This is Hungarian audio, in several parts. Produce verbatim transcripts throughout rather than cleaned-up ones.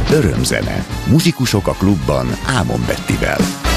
Örömzene. Muzsikusok a klubban Ámon Bettivel.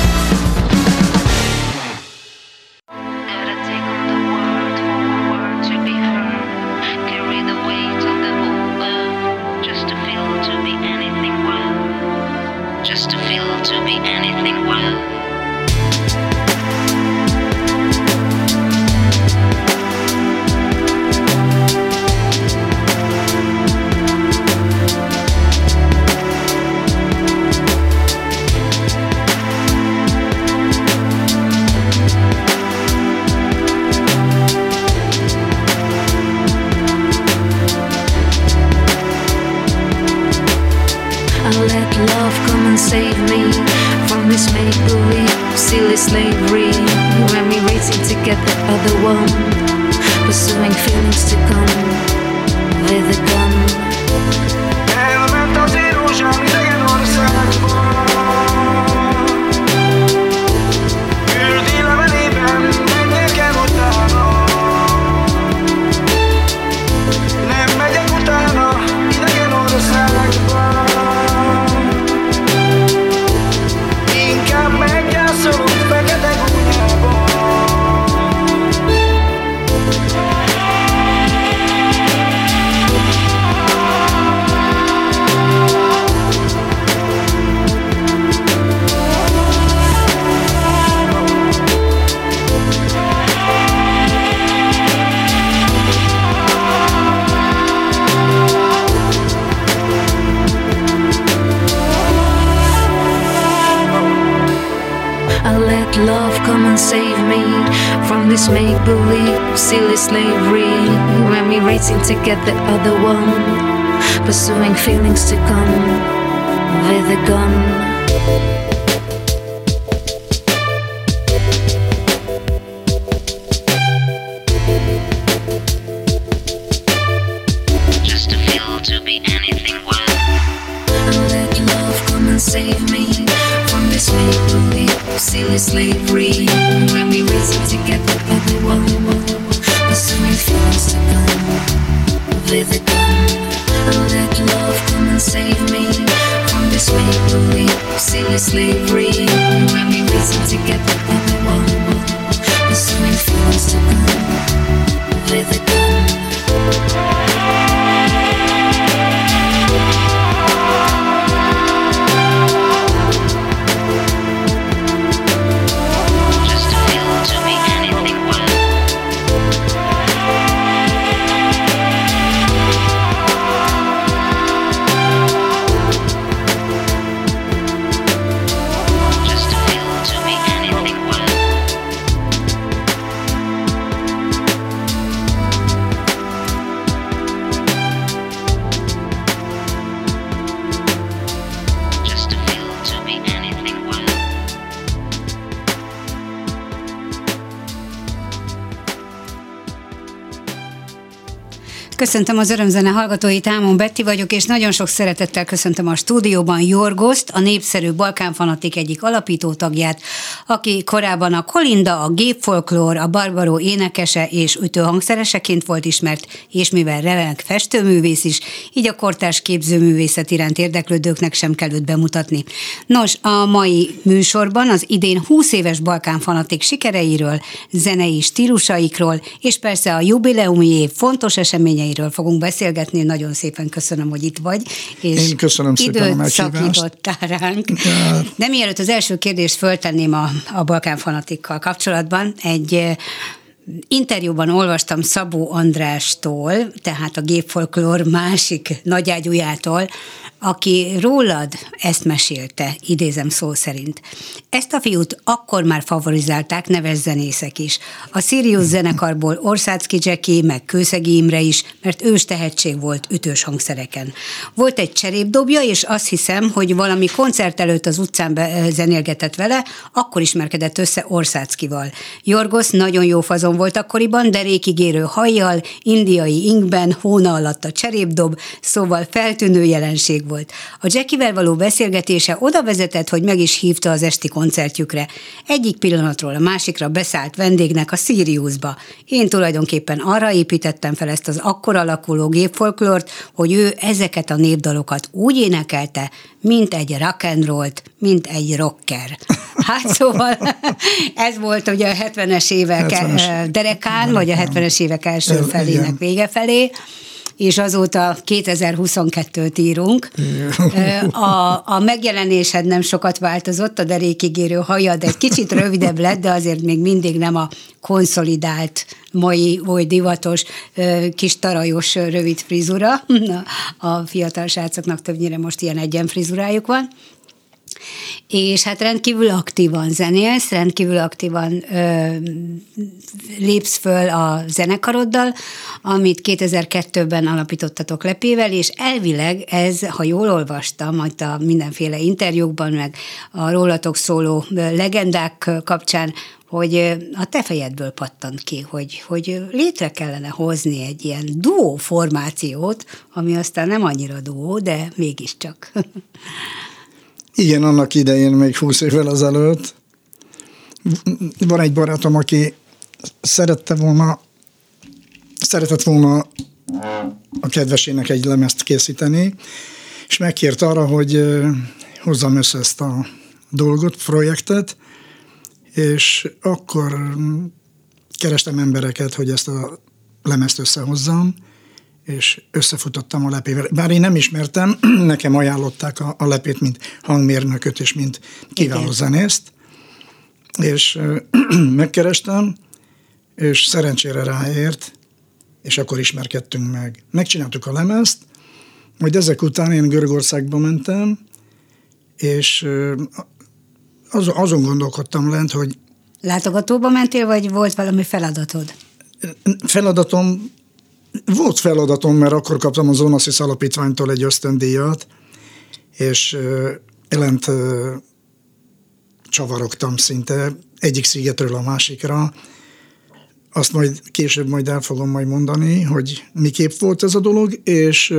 To get the other one, pursuing feelings to come with a gun. Just to feel to be anything worth. And let love come and save me from this make-believe silly slavery. When we reason to get the other one, pursuing feelings to come with a gun. And let love come and save me from this make-believe silly slavery. When we reason to get the other one, pursuing feelings to come with a gun. Köszöntöm az Örömzene hallgatóit, Ámon Betti vagyok, és nagyon sok szeretettel köszöntöm a stúdióban Jorgoszt, a népszerű Balkán Fanatik egyik alapító tagját, aki korábban a Kolinda, a Gépfolklór, a Barbaró énekese és ütőhangszereseként volt ismert, és mivel remek festőművész is, így a kortárs képzőművészet iránt érdeklődőknek sem kell őt bemutatni. Nos, a mai műsorban az idén húsz éves Balkán Fanatik sikereiről, zenei stílusaikról, és persze a jubileumi év fontos eseményeiről fogunk beszélgetni. Nagyon szépen köszönöm, hogy itt vagy, és Én köszönöm szépen a meghívást. szakítottál ránk. Ja. De mielőtt az első kérdést föltenném a, a Balkán Fanatikkal kapcsolatban, egy interjúban olvastam Szabó Andrástól, tehát a Gépfolklór másik nagyágyújától, aki rólad ezt mesélte, idézem szó szerint. Ezt a fiút akkor már favorizálták neves zenészek is. A Sirius zenekarból Orszáczky Jackie, meg Kőszegi Imre is, mert ős tehetség volt ütős hangszereken. Volt egy cserépdobja, és azt hiszem, hogy valami koncert előtt az utcán zenélgetett vele, akkor ismerkedett össze Orszáczkyval. Jorgos nagyon jó fazon volt akkoriban, derékig érő hajjal, indiai inkben, hóna alatt a cserépdob, szóval feltűnő jelenség volt. volt. A Jackivel való beszélgetése oda vezetett, hogy meg is hívta az esti koncertjükre. Egyik pillanatról a másikra beszállt vendégnek a Siriusba. Én tulajdonképpen arra építettem fel ezt az akkor alakuló gépfolklort, hogy ő ezeket a népdalokat úgy énekelte, mint egy rock and rollt, mint egy rocker. Hát szóval ez volt ugye a hetvenes évek hetvenes derekán, vagy a hetvenes évek első felének vége felé, és azóta kétezer-huszonkettőt írunk. A, a megjelenésed nem sokat változott, a derékigérő hajad egy kicsit rövidebb lett, de azért még mindig nem a konszolidált, mai oly divatos, kis tarajos, rövid frizura. A fiatal srácoknak többnyire most ilyen egyenfrizurájuk van. És hát rendkívül aktívan zenélsz, rendkívül aktívan ö, lépsz föl a zenekaroddal, amit kétezer-kettőben alapítottatok Lepével, és elvileg ez, ha jól olvastam, majd a mindenféle interjúkban, meg a rólatok szóló legendák kapcsán, hogy a te fejedből pattant ki, hogy, hogy létre kellene hozni egy ilyen duó formációt, ami aztán nem annyira duó, de mégiscsak. Igen, annak idején, még húsz évvel ezelőtt. Van egy barátom, aki szerette volna, szeretett volna a kedvesének egy lemezt készíteni, és megkért arra, hogy hozzam össze ezt a dolgot, projektet, és akkor kerestem embereket, hogy ezt a lemezt összehozzam, és összefutottam a Lepével. Bár én nem ismertem, nekem ajánlották a, a Lepét, mint hangmérnököt, és mint kiváló zenészt, és megkerestem, és szerencsére ráért, és akkor ismerkedtünk meg. Megcsináltuk a lemezt, majd ezek után én Görögországba mentem, és az, azon gondolkodtam lent, hogy... Látogatóba mentél, vagy volt valami feladatod? Feladatom Volt feladatom, mert akkor kaptam az Onassis Alapítványtól egy ösztöndíjat, és ellent csavarogtam szinte egyik szigetről a másikra. Azt majd később majd el fogom majd mondani, hogy miképp volt ez a dolog, és,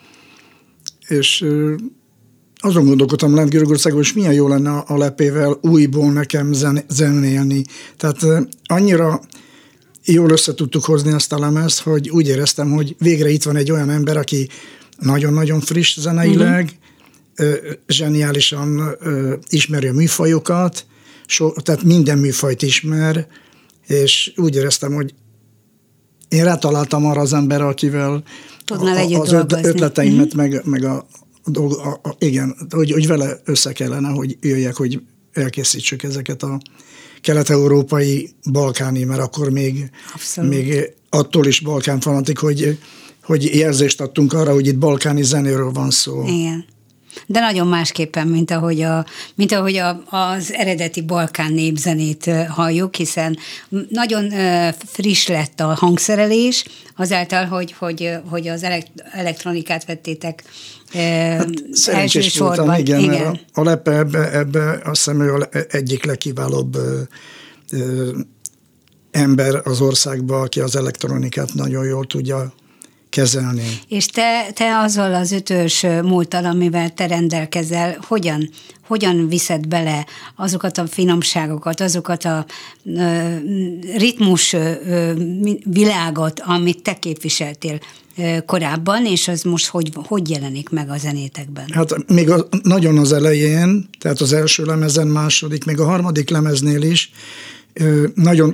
és azon gondolkodtam lent Görögországban, és milyen jó lenne a Lepével újból nekem zen, zenélni. Tehát annyira jól össze tudtuk hozni azt a lemezt, hogy úgy éreztem, hogy végre itt van egy olyan ember, aki nagyon-nagyon friss zeneileg, uh-huh. zseniálisan ismeri a műfajokat, so, tehát minden műfajt ismer, és úgy éreztem, hogy én rátaláltam arra az emberre, akivel Tudnál a, együtt az dolgozni. ötleteimet, uh-huh. meg, meg a, a, a, a igen, hogy, hogy vele össze kellene, hogy jöjjek, hogy elkészítsük ezeket a kelet-európai, balkáni, mert akkor még, még attól is balkán fanatik, hogy, hogy jelzést adtunk arra, hogy itt balkáni zenéről van szó. Igen. De nagyon másképpen, mint ahogy, a, mint ahogy a, az eredeti balkán népzenét halljuk, hiszen nagyon friss lett a hangszerelés, azáltal, hogy, hogy, hogy az elektronikát vettétek hát szerencsés voltam, igen, igen. Mert a, a Lepe ebbe, ebbe azt hiszem, ő egyik legkiválóbb ö, ö, ember az országban, aki az elektronikát nagyon jól tudja kezelni. És te, te azzal az ötös múlttal, amivel te rendelkezel, hogyan, hogyan viszed bele azokat a finomságokat, azokat a ö, ritmus ö, világot, amit te képviseltél korábban, és az most hogy, hogy jelenik meg a zenétekben? Hát még a, nagyon az elején, tehát az első lemezen, második, még a harmadik lemeznél is ö, nagyon,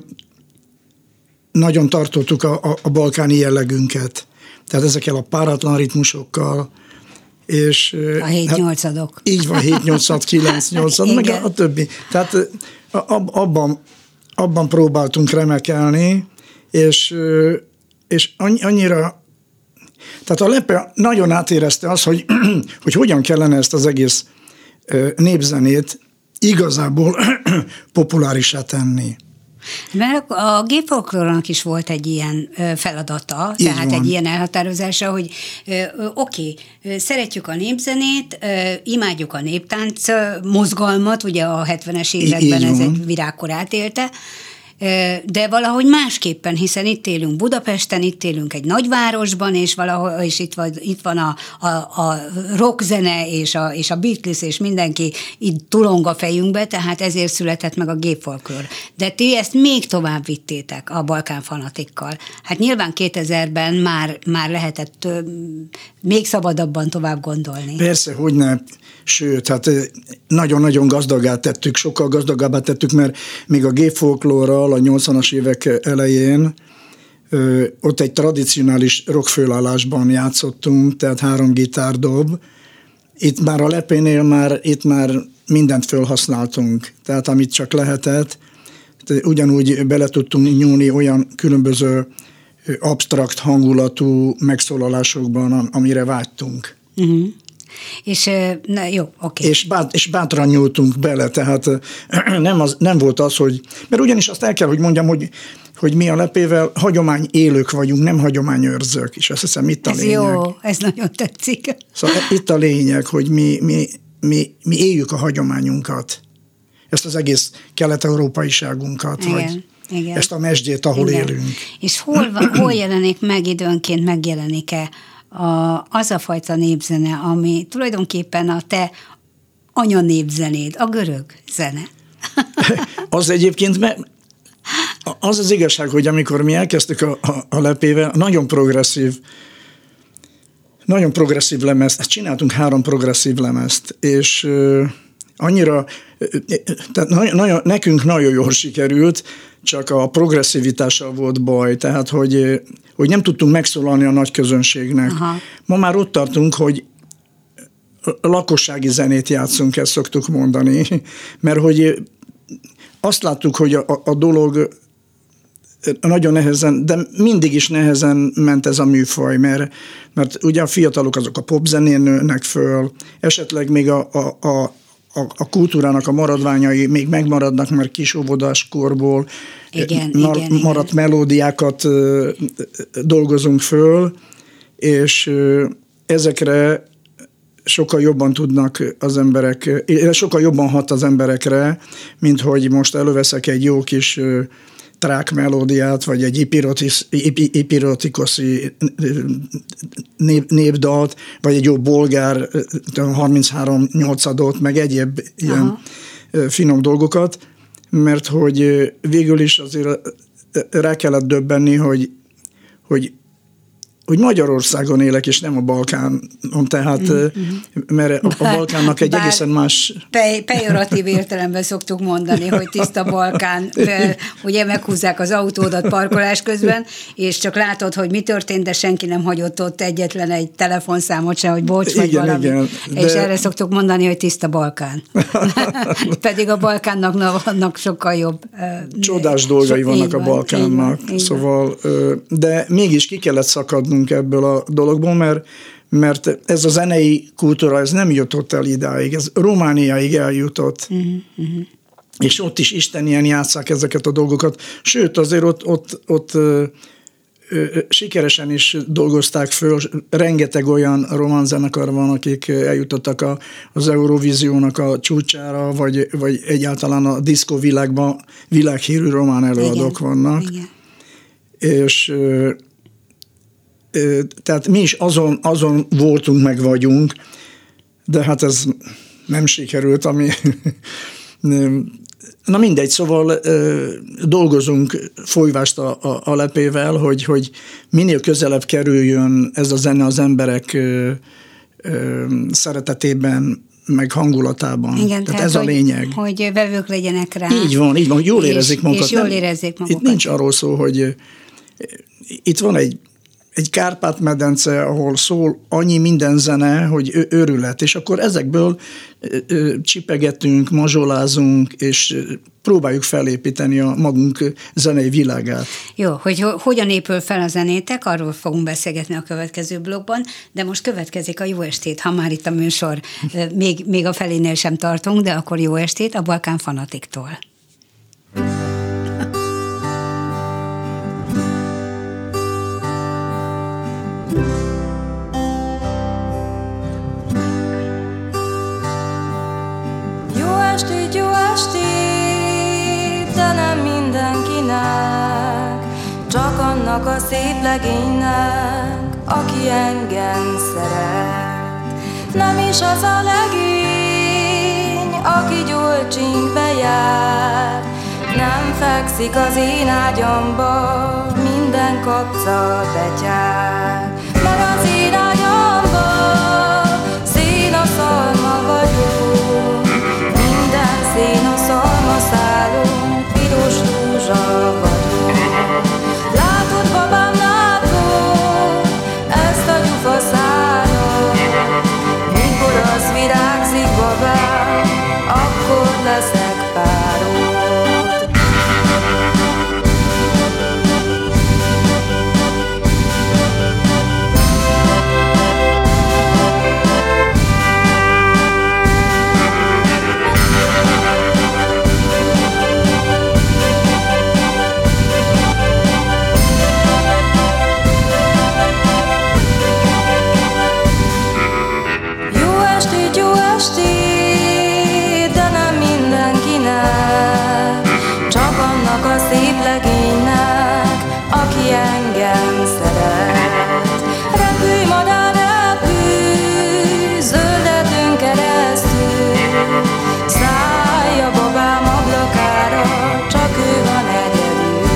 nagyon tartottuk a, a, a balkáni jellegünket. Tehát ezekkel a páratlan ritmusokkal, és... A hét-nyolcadok. Hát, így van, hét-nyolcad, kilenc-nyolcad, meg a, a többi. Tehát abban, abban próbáltunk remekelni, és, és annyira... Tehát a Lepe nagyon átérezte azt, hogy, hogy hogyan kellene ezt az egész népzenét igazából populárissá tenni. Mert a gépfolklórnak is volt egy ilyen feladata, így tehát van. Egy ilyen elhatározása, hogy oké, okay, szeretjük a népzenét, imádjuk a néptánc mozgalmat, ugye a hetvenes években ez egy virágkorát élte, de valahogy másképpen, hiszen itt élünk Budapesten, itt élünk egy nagyvárosban, és valahol és itt van, itt van a, a, a rockzene, és a, és a Beatles, és mindenki itt tulong a fejünkbe, tehát ezért született meg a gépfolklór. De ti ezt még tovább vittétek a Balkán Fanatikkal. Hát nyilván kétezerben már, már lehetett még szabadabban tovább gondolni. Persze, hogyne. Sőt, hát nagyon-nagyon gazdagá tettük, sokkal gazdagabbá tettük, mert még a gépfolklórral a nyolcvanas évek elején ö, ott egy tradicionális rockfőállásban játszottunk, tehát három gitárdob. Itt már a lepénél már, itt már mindent felhasználtunk, tehát amit csak lehetett. Ugyanúgy bele tudtunk nyúlni olyan különböző absztrakt hangulatú megszólalásokban, amire vágytunk. Uh-huh. És na, jó, oké. És, bát, és bátran nyúltunk bele, tehát nem, az, nem volt az, hogy... Mert ugyanis azt el kell, hogy mondjam, hogy, hogy mi a lepével hagyomány élők vagyunk, nem hagyományőrzők, és azt hiszem itt a ez lényeg. Jó, ez nagyon tetszik. Szóval itt a lényeg, hogy mi, mi, mi, mi éljük a hagyományunkat, ezt az egész kelet-európaiságunkat, igen, vagy igen. ezt a mesdjét, ahol igen. élünk. És hol, van, hol jelenik meg időnként, megjelenik-e A, az a fajta népzene, ami tulajdonképpen a te anyanépzenéd, a görög zene. Az egyébként, az az igazság, hogy amikor mi elkezdtük a, a, a lepével, nagyon progresszív, nagyon progresszív lemezt, csináltunk három progresszív lemezt, és uh, annyira, tehát nagyon, nekünk nagyon jól sikerült, csak a progresszivitással volt baj, tehát hogy, hogy nem tudtunk megszólalni a nagy közönségnek. Aha. Ma már ott tartunk, hogy lakossági zenét játszunk, ezt szoktuk mondani, mert hogy azt láttuk, hogy a, a dolog nagyon nehezen, de mindig is nehezen ment ez a műfaj, mert, mert ugye a fiatalok azok a popzenén nőnek föl, esetleg még a, a, a a kultúrának a maradványai még megmaradnak, mert kisóvodás korból igen, mar- igen, maradt igen. melódiákat dolgozunk föl, és ezekre sokkal jobban tudnak az emberek, sokkal jobban hat az emberekre, mint hogy most előveszek egy jó kis trák melódiát, vagy egy ipirotikoszi nép, népdalt, vagy egy jó bolgár harminchárom nyolcadot, meg egyéb ilyen Aha. finom dolgokat, mert hogy végül is azért rá kellett döbbenni, hogy, hogy hogy Magyarországon élek, és nem a Balkánon, tehát, mm-hmm. mert a Balkánnak egy Bár egészen más... Pe- pejoratív értelemben szoktuk mondani, hogy tiszta Balkán, ugye meghúzzák az autódat parkolás közben, és csak látod, hogy mi történt, de senki nem hagyott ott egyetlen egy telefonszámot sem, hogy bocs, vagy igen, valami. Igen, de... És erre szoktuk mondani, hogy tiszta Balkán. Pedig a Balkánnak vannak sokkal jobb... Csodás dolgai so, vannak a Balkánnak, van, szóval, de mégis ki kellett szakadni ebből a dologból, mert, mert ez a zenei kultúra, ez nem jutott el idáig, ez Romániáig eljutott. Uh-huh, uh-huh. És ott is istenien játsszák ezeket a dolgokat. Sőt, azért ott, ott, ott ö, ö, sikeresen is dolgozták föl, rengeteg olyan román zenekar van, akik eljutottak a, az Eurovíziónak a csúcsára, vagy, vagy egyáltalán a diszkó világban világhírű román előadók igen, vannak. Igen. És ö, tehát mi is azon, azon voltunk, meg vagyunk, de hát ez nem sikerült, ami... Na mindegy, szóval dolgozunk folyvást a, a, a lepével, hogy, hogy minél közelebb kerüljön ez a zene az emberek szeretetében, meg hangulatában. Igen, tehát, tehát ez hogy, a lényeg. Hogy vevők legyenek rá. Így van, így van, hogy jól és, érezzék magukat. És jól érezzék magukat. Itt nincs arról szó, hogy itt van egy egy Kárpát-medence, ahol szól annyi minden zene, hogy őrület, és akkor ezekből csipegetünk, mazsolázunk, és próbáljuk felépíteni a magunk zenei világát. Jó, hogy hogyan épül fel a zenétek, arról fogunk beszélgetni a következő blogban, de most következik a Jó estét, ha már itt a műsor, még, még a felénél sem tartunk, de akkor jó estét a Balkán Fanatiktól. Jó estét, de nem mindenkinek. annak a szép legénynek, aki engem szeret. Nem is az a legény, aki gyolcsinkbe jár, nem fekszik az én ágyamba, minden kapca betyár. Mert az én ágyamba szénaszalma vagyok, minden szénaszalma szálon piros rózsa vagyok. Látod, babám, látod ezt a gyufa szárat, mikor az virágzik, babám, akkor leszek párod. Szép legénynek, aki engem szeret. Repülj, madár, repülj, zöldetőn keresztül, szállj a babám ablakára, csak ő van egyedül.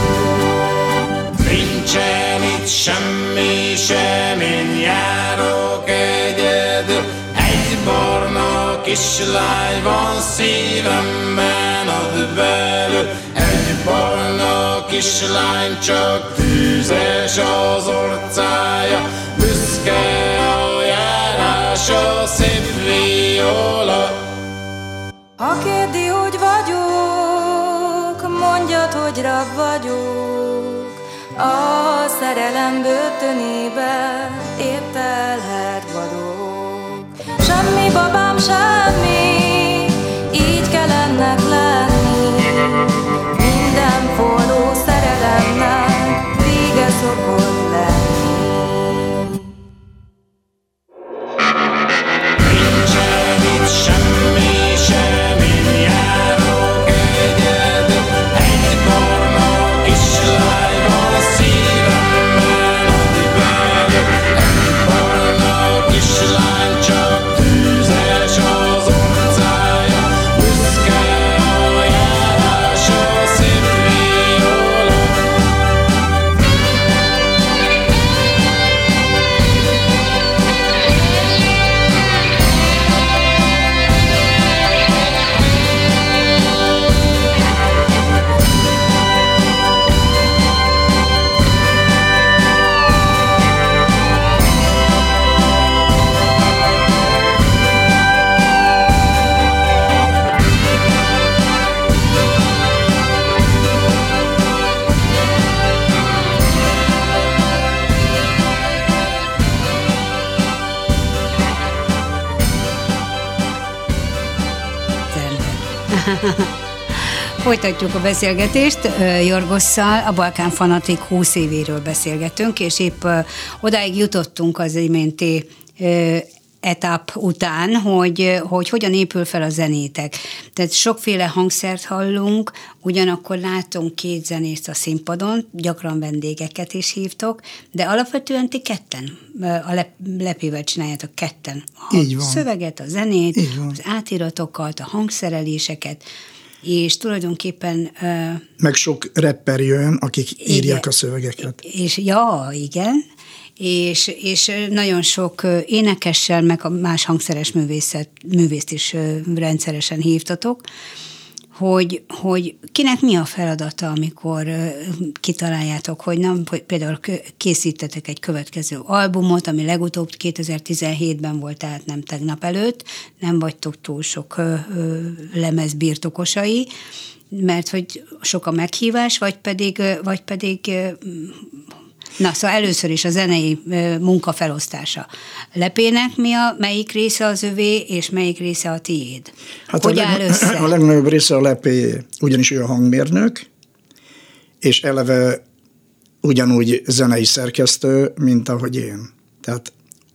Nincsen itt semmi, sem én járok egyedül, egy barna kislány van szívemben, ad belül. Egy barna kislány, csak tűzes az orcája, büszke a járása, szép viola. Ha kérdi, hogy vagyok, mondjad, hogy rab vagyok, a szerelem börtönébe épp telhet vadok. Semmi, babám, semmi, így kell ennek lenni. Minden forró szerelemnek vége szokott lenni. Nincsen itt semmi, sem én járok egyedül, egy barna kislány van szívemben, ad belül. Egy barna kislány, csak tűzes az orcája, büszke a járása, szép viola. Folytatjuk a beszélgetést Jorgosszal, a Balkán Fanatik húsz évéről beszélgetünk, és épp odáig jutottunk az iménti etap után, hogy, hogy hogyan épül fel a zenétek. Tehát sokféle hangszert hallunk, ugyanakkor látunk két zenészt a színpadon, gyakran vendégeket is hívtok, de alapvetően ti ketten a lep, lepével csináljátok ketten a Így van. szöveget, a zenét, az átiratokat, a hangszereléseket, és tulajdonképpen... Meg sok rapper jön, akik igen, írják a szövegeket. És ja, igen, és, és nagyon sok énekessel, meg a más hangszeres művészet, művészt is rendszeresen hívtatok, hogy, hogy kinek mi a feladata, amikor kitaláljátok, hogy nem, hogy például készítetek egy következő albumot, ami legutóbb kétezer-tizenhétben volt, tehát nem tegnap előtt, nem vagytok túl sok lemez birtokosai, mert hogy sok a meghívás, vagy pedig, vagy pedig na, szóval először is a zenei munka felosztása. Lepének mi a, melyik része az övé, és melyik része a tiéd? Hát hogy a, áll leg, össze? a legnagyobb része a Lepé, ugyanis ő a hangmérnök, és eleve ugyanúgy zenei szerkesztő, mint ahogy én. Tehát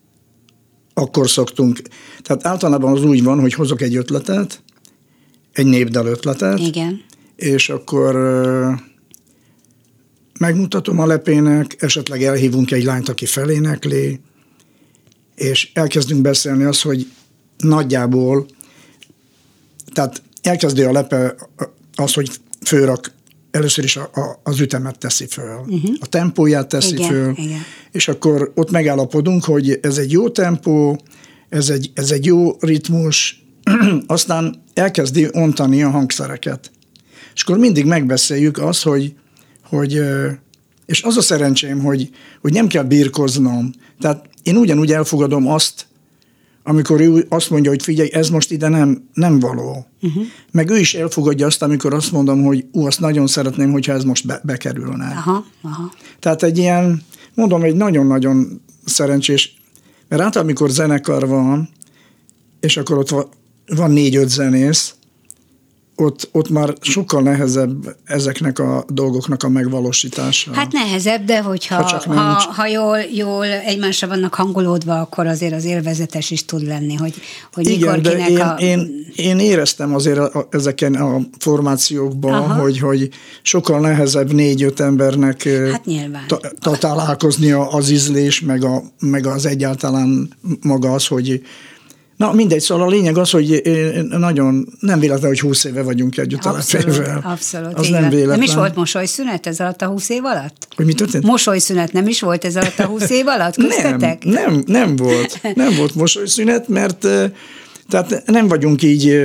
akkor szoktunk, tehát általában az úgy van, hogy hozok egy ötletet, egy népdal ötletet, igen, és akkor megmutatom a lepének, esetleg elhívunk egy lányt, aki felénekli, és elkezdünk beszélni az, hogy nagyjából, tehát elkezdi a lepe az, hogy fölrak, először is a, a, az ütemet teszi föl, uh-huh. a tempóját teszi igen, föl, igen. és akkor ott megállapodunk, hogy ez egy jó tempó, ez egy, ez egy jó ritmus, aztán elkezdi ontani a hangszereket. És akkor mindig megbeszéljük azt, hogy, hogy és az a szerencsém, hogy, hogy nem kell birkoznom. Tehát én ugyanúgy elfogadom azt, amikor ő azt mondja, hogy figyelj, ez most ide nem, nem való. Uh-huh. Meg ő is elfogadja azt, amikor azt mondom, hogy ú, azt nagyon szeretném, hogyha ez most be, bekerülne. Aha, aha. Tehát egy ilyen, mondom, egy nagyon-nagyon szerencsés, mert általában, amikor zenekar van, és akkor ott van, van négy-öt zenész, ott, ott már sokkal nehezebb ezeknek a dolgoknak a megvalósítása. Hát nehezebb, de hogyha ha, ha, ha jól, jól egymásra vannak hangolódva, akkor azért az élvezetes is tud lenni, hogy, hogy igen, mikor de kinek én, a... én, én éreztem azért a, ezeken a formációkban, hogy, hogy sokkal nehezebb négy-öt embernek hát nyilván. Ta, ta, találkoznia az ízlés, meg, a, meg az egyáltalán maga az, hogy na mindegy, szóval a lényeg az, hogy nagyon nem véletlen, hogy húsz éve vagyunk együtt abszolút, a lepével. Abszolút, az igen. nem véletlen. Nem is volt mosolyszünet ez alatt a húsz év alatt? Hogy mi történt? Mosolyszünet nem is volt ez alatt a húsz év alatt? Köztetek? Nem, nem, nem volt. Nem volt mosolyszünet, mert tehát nem vagyunk így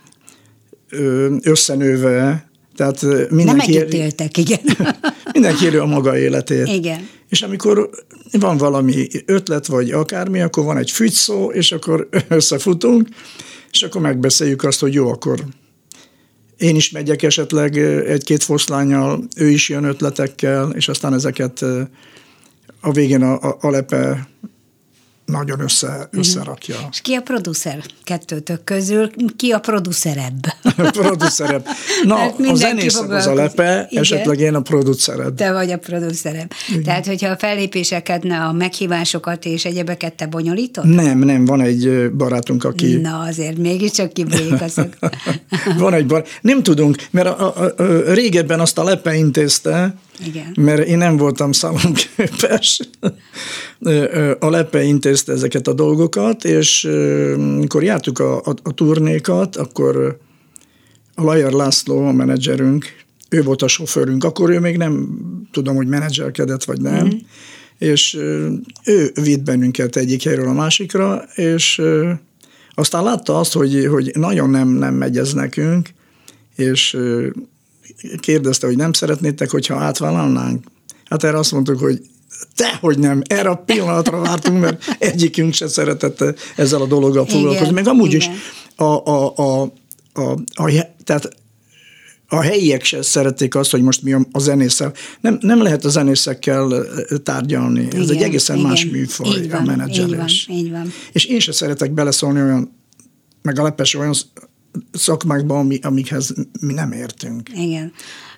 összenőve, tehát mindenki... Nem együtt éltek, igen. Mindenki élő a maga életét. Igen. És amikor van valami ötlet, vagy akármi, akkor van egy fügyszó, és akkor összefutunk, és akkor megbeszéljük azt, hogy jó, akkor én is megyek esetleg egy-két foszlánnyal, ő is jön ötletekkel, és aztán ezeket a végén a, a, a lepe nagyon össze, összerakja. És ki a producer kettőtök közül? Ki a producerebb? A producerebb. Na, a zenészem az a lepe, igen. Esetleg én a producerebb. Te vagy a producerebb. Igen. Tehát, hogyha a fellépéseket, a meghívásokat és egyebeket te bonyolítod? Nem, nem, van egy barátunk, aki... Na, azért mégiscsak kibújik a szak. Van egy bar... Nem tudunk, mert a, a, a, régebben azt a lepe intézte, igen. Mert én nem voltam szalonképes. A lepe intézte ezeket a dolgokat, és amikor jártuk a, a, a turnékat, akkor a Lajer László, a menedzserünk, ő volt a sofőrünk, akkor ő még nem tudom, hogy menedzselkedett, vagy nem, mm. és ő vitt bennünket egyik helyről a másikra, és aztán látta azt, hogy, hogy nagyon nem, nem megy ez nekünk, és kérdezte, hogy nem szeretnétek, hogyha átvállalnánk. Hát erre azt mondtuk, hogy dehogy nem, erre a pillanatra vártunk, mert egyikünk se szeretett ezzel a dologgal foglalkozni. Meg amúgy igen. is a, a, a, a, a, tehát a helyiek se szerették azt, hogy most mi a zenésszel. Nem, nem lehet a zenészekkel tárgyalni. Ez igen, egy egészen igen. más műfaj, van, a menedzselés. Így van, így van. És én se szeretek beleszólni olyan, meg a lepes olyan szakmákban, amikhez mi nem értünk. Igen.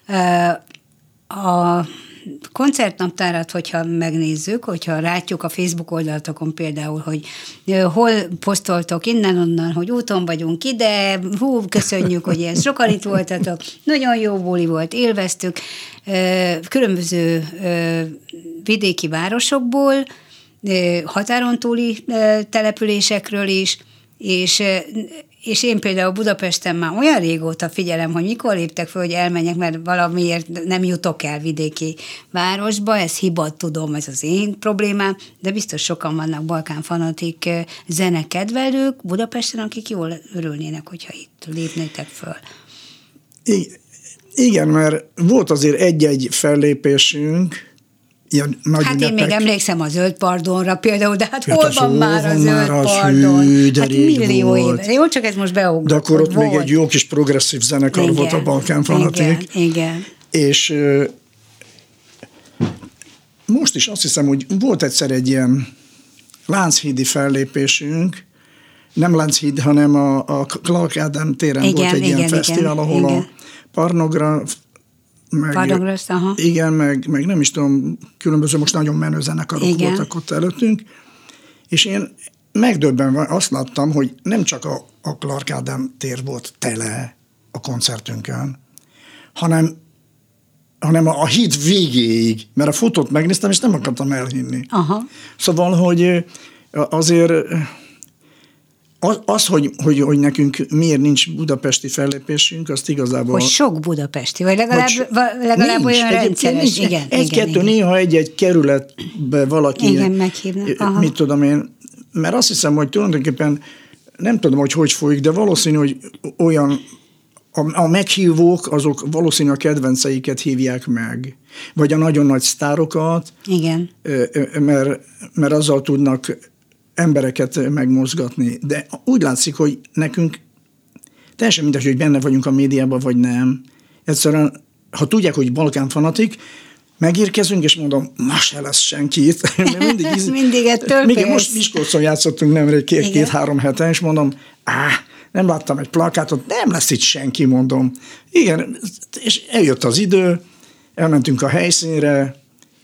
A koncertnaptárat, hogyha megnézzük, hogyha rátjuk a Facebook oldalatokon például, hogy hol posztoltok innen-onnan, hogy úton vagyunk ide, hú, köszönjük, hogy ilyen sokan itt voltatok, nagyon jó buli volt, élveztük, különböző vidéki városokból, határon túli településekről is, és És én például Budapesten már olyan régóta figyelem, hogy mikor léptek fel, hogy elmenjek, mert valamiért nem jutok el vidéki városba, ez hiba, tudom, ez az én problémám, de biztos sokan vannak balkánfanatik zenekedvelők Budapesten, akik jól örülnének, hogyha itt lépnétek föl. Igen, mert volt azért egy-egy fellépésünk, ilyen nagy hát ünnepek. Én még emlékszem a Zöld Pardonra például, de hát, hát hol van már a Zöld Pardon? Hát millió éve. Jó, csak ez most beugrott. De akkor ott volt. Még egy jó kis progresszív zenekar igen, volt a Balkánfanatik. Igen, igen. És uh, most is azt hiszem, hogy volt egyszer egy ilyen lánchídi fellépésünk, nem Lánchíd, hanem a, a Clark Ádám téren igen, volt egy igen, ilyen igen, fesztivál, ahol igen. a Parnograf Meg, igen, meg, meg nem is tudom, különböző most nagyon menő zenekarok igen. voltak ott előttünk, és én megdöbbenve azt láttam, hogy nem csak a, a Clark Ádám tér volt tele a koncertünkön, hanem hanem a, a hit végéig, mert a fotót megnéztem, és nem akartam elhinni. Aha. Szóval, hogy azért az, hogy, hogy, hogy nekünk miért nincs budapesti fellépésünk, azt igazából... Hogy sok budapesti, vagy legalább, hogy legalább nincs, olyan rendszeres. nincs. Igen, Egy-kettő, igen, néha egy-egy kerületbe valaki... Igen, meghívnak. Aha. Mit tudom én, mert azt hiszem, hogy tulajdonképpen nem tudom, hogy hogy folyik, de valószínű, hogy olyan... A, a meghívók, azok valószínű a kedvenceiket hívják meg. Vagy a nagyon nagy sztárokat. Igen. Mert, mert azzal tudnak embereket megmozgatni. De úgy látszik, hogy nekünk teljesen mindegy, hogy benne vagyunk a médiában, vagy nem. Egyszerűen, ha tudják, hogy Balkán fanatik, megérkezünk, és mondom, ma se lesz senkit. Mindig, íz... mindig ettől még most Miskolcon játszottunk nemrég két, két-három heten, és mondom, áh, nem láttam egy plakátot, nem lesz itt senki, mondom. Igen, és eljött az idő, elmentünk a helyszínre,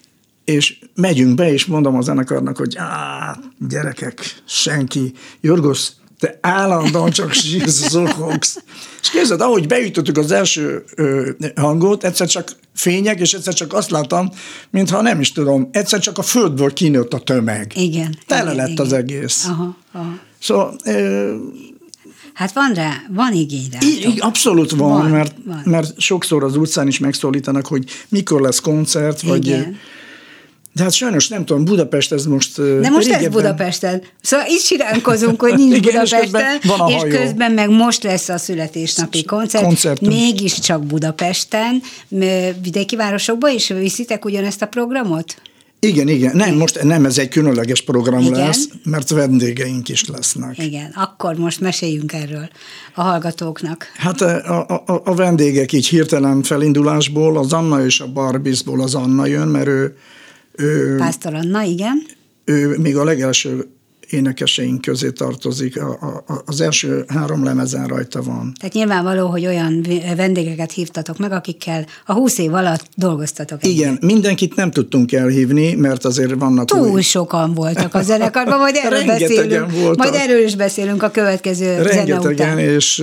és megyünk be, és mondom a zenekarnak, hogy á, gyerekek, senki, Jorgos, te állandóan csak sírsz, zokogsz. És képzeld, ahogy beütöttük az első ö, hangot, egyszer csak fények, és egyszer csak azt láttam, mintha nem is tudom, egyszer csak a földből kinőtt a tömeg. Igen. Tele igen, lett igen. az egész. Aha, aha. Szóval... Ö, Hát van rá, van igény rá. I, abszolút van, van, mert, van. mert sokszor az utcán is megszólítanak, hogy mikor lesz koncert, vagy... Igen. De hát sajnos nem tudom, Budapest ez most... De most régebben... lesz Budapesten. Szóval itt siránkozunk, hogy nincs Igen, és Budapesten, közben van a és hajó. közben meg most lesz a születésnapi koncert. Koncertünk. Mégiscsak Budapesten. Vidéki városokban is viszitek ugyanezt a programot? Igen, igen. Nem, most nem ez egy különleges program Igen. lesz, mert vendégeink is lesznek. Igen, akkor most meséljünk erről a hallgatóknak. Hát a, a, a vendégek így hirtelen felindulásból, az Anna és a Barbizból az Anna jön, mert ő, ő, Pásztor Anna, igen. ő még a legelső énekeseink közé tartozik, a, a, az első három lemezen rajta van. Tehát nyilvánvaló, hogy olyan vendégeket hívtatok meg, akikkel a húsz év alatt dolgoztatok együtt. Igen, mindenkit nem tudtunk elhívni, mert azért vannak... Túl új... sokan voltak a zenekarban, majd erről beszélünk. voltak. Majd erről is beszélünk a következő zene után. Rengetegen, és,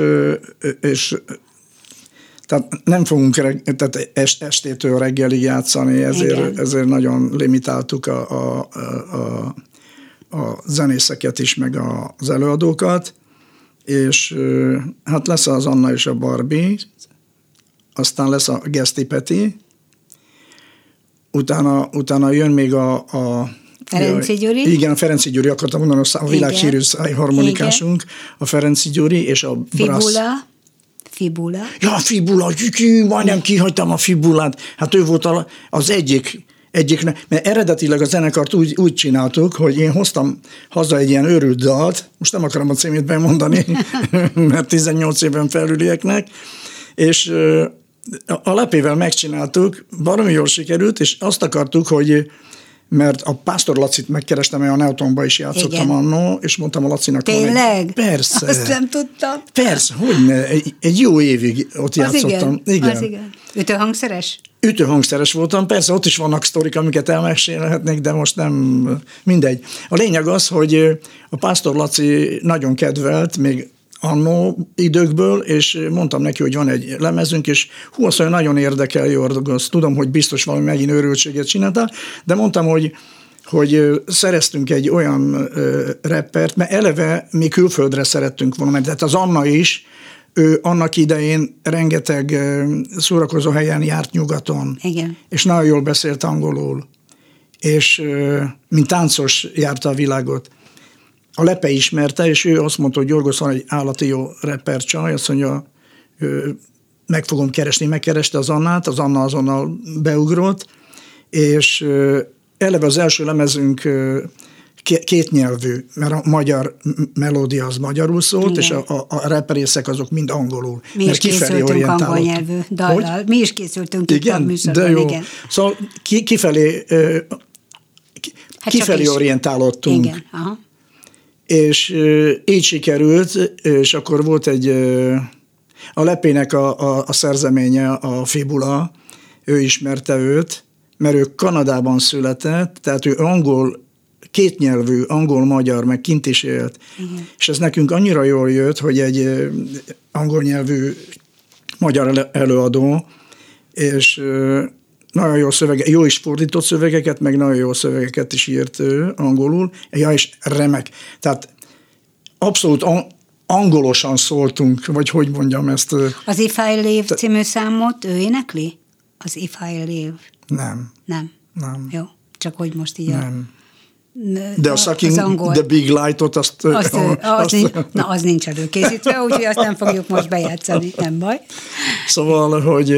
és tehát nem fogunk reg, tehát estétől reggelig játszani, ezért, ezért nagyon limitáltuk a, a, a, a zenészeket is, meg az előadókat, és hát lesz az Anna és a Barbie, aztán lesz a Geszti Peti, utána, utána jön még a, a Ferenci Gyuri? Igen, a Ferenci Gyuri, akartam mondani, a világhírű harmonikásunk, a Ferenci Gyuri és a Fibula. Brass. Fibula. Ja, Fibula, gyügyű, majdnem kihagytam a Fibulát. Hát ő volt az egyik, egyik, mert eredetileg a zenekart úgy, úgy csináltuk, hogy én hoztam haza egy ilyen őrült dalt, most nem akarom a címét bemondani, mert tizennyolc éven felülieknek, és a lepével megcsináltuk, baromi jól sikerült, és azt akartuk, hogy mert a Pásztor Lacit megkerestem, mert a Newtonba is játszottam annó, és mondtam a Lacinak... Tényleg? Egy, persze. Azt nem tudtam. Persze, hogyne. Egy, egy jó évig ott Az játszottam. Igen, igen. Az igen. Ütőhangszeres? Ütőhangszeres voltam, persze ott is vannak sztorik, amiket elmesélhetnék, de most nem mindegy. A lényeg az, hogy a Pásztor Laci nagyon kedvelt, még annó időkből, és mondtam neki, hogy van egy lemezünk, és hú, azt mondja, nagyon érdekel, Jorgos, tudom, hogy biztos valami megint őrültséget csináltál, de mondtam, hogy, hogy szereztünk egy olyan uh, rappert, mert eleve mi külföldre szerettünk volna, mert az Anna is, ő annak idején rengeteg uh, szórakozó helyen járt nyugaton, Igen. és nagyon jól beszélt angolul, és uh, mint táncos járta a világot. A Lepe ismerte, és ő azt mondta, hogy Jorgos, van egy állati jó rapper csaj, azt mondja, meg fogom keresni, megkereste az Annát, az Anna azonnal beugrott, és eleve az első lemezünk kétnyelvű, mert a magyar melódia az magyarul szólt, igen. És a, a, a rapperészek azok mind angolul. Mi is készültünk angol nyelvű dallal. Hogy? Mi is készültünk igen? Itt a műsorban, de jó. Igen. Szóval ki, kifelé, hát kifelé orientálódtunk. Igen, aha. És így sikerült, és akkor volt egy, a Lepének a, a, a szerzeménye, a Fibula, ő ismerte őt, mert ő Kanadában született, tehát ő angol, kétnyelvű, angol-magyar, meg kint is élt. Igen. És ez nekünk annyira jól jött, hogy egy angol nyelvű magyar előadó, és nagyon jó szövege, jó is fordított szövegeket, meg nagyon jó szövegeket is írt ő angolul. Ja, és remek. Tehát abszolút angolosan szóltunk, vagy hogy mondjam ezt. Az If I Live te... című számot ő énekli? Az If I Live? Nem. Nem? Nem. Jó, csak hogy most így nem. A... De a Sucking angol... the Big Light-ot azt... azt, a, az azt nincs, na, az nincs előkészítve, úgyhogy azt nem fogjuk most bejátszani, nem baj. Szóval, hogy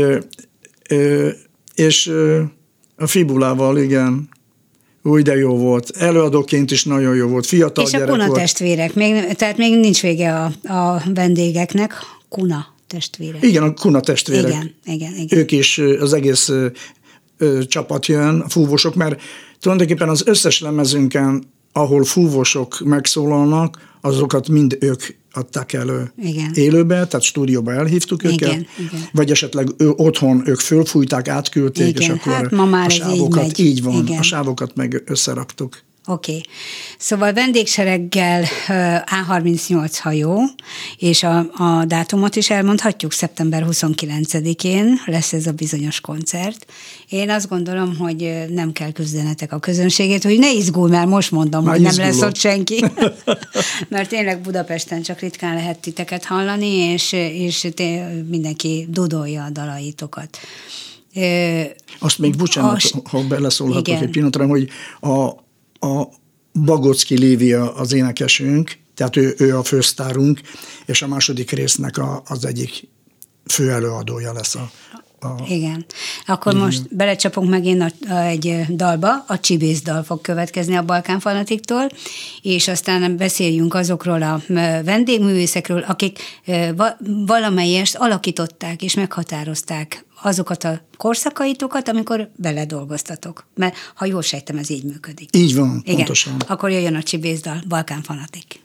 és a Fibulával, igen, úgy de jó volt. Előadóként is nagyon jó volt. Fiatal és gyerek a Kuna volt. testvérek, még, tehát még nincs vége a, a vendégeknek. Kuna testvérek. Igen, a Kuna testvérek. Igen, igen, igen. Ők is, az egész ö, ö, csapat jön, a fúvósok, mert tulajdonképpen az összes lemezünkön, ahol fúvósok megszólalnak, azokat mind ők adták elő igen. élőbe, tehát stúdióba elhívtuk igen, őket, igen. vagy esetleg ő, otthon ők fölfújták, átküldték, igen. és akkor hát ma már a sávokat, így, így van, igen. a sávokat meg összeraktuk. Oké. Okay. Szóval vendégsereggel á harmincnyolc hajó, és a, a dátumot is elmondhatjuk, szeptember huszonkilencedikén lesz ez a bizonyos koncert. Én azt gondolom, hogy nem kell küzdenetek a közönségét, hogy ne izgulj, mert most mondom, már hogy nem izgulok. Lesz ott senki. Mert tényleg Budapesten csak ritkán lehet titeket hallani, és, és mindenki dudolja a dalaitokat. Azt még bocsánat, As... ha beleszólhatok igen. egy pillanatra, hogy a a Bagocki Lívia az énekesünk, tehát ő, ő a fősztárunk, és a második résznek a, az egyik fő előadója lesz a, a igen. Akkor igen. Most belecsapunk megint a, a, egy dalba, a Csibész dal fog következni a Balkán Fanatiktól, és aztán beszéljünk azokról a vendégművészekről, akik valamelyest alakították és meghatározták azokat a korszakaitokat, amikor beledolgoztatok. Mert ha jól sejtem, ez így működik. Így van, igen. Pontosan. Akkor jöjjön a Csibész dal, Balkán Fanatik.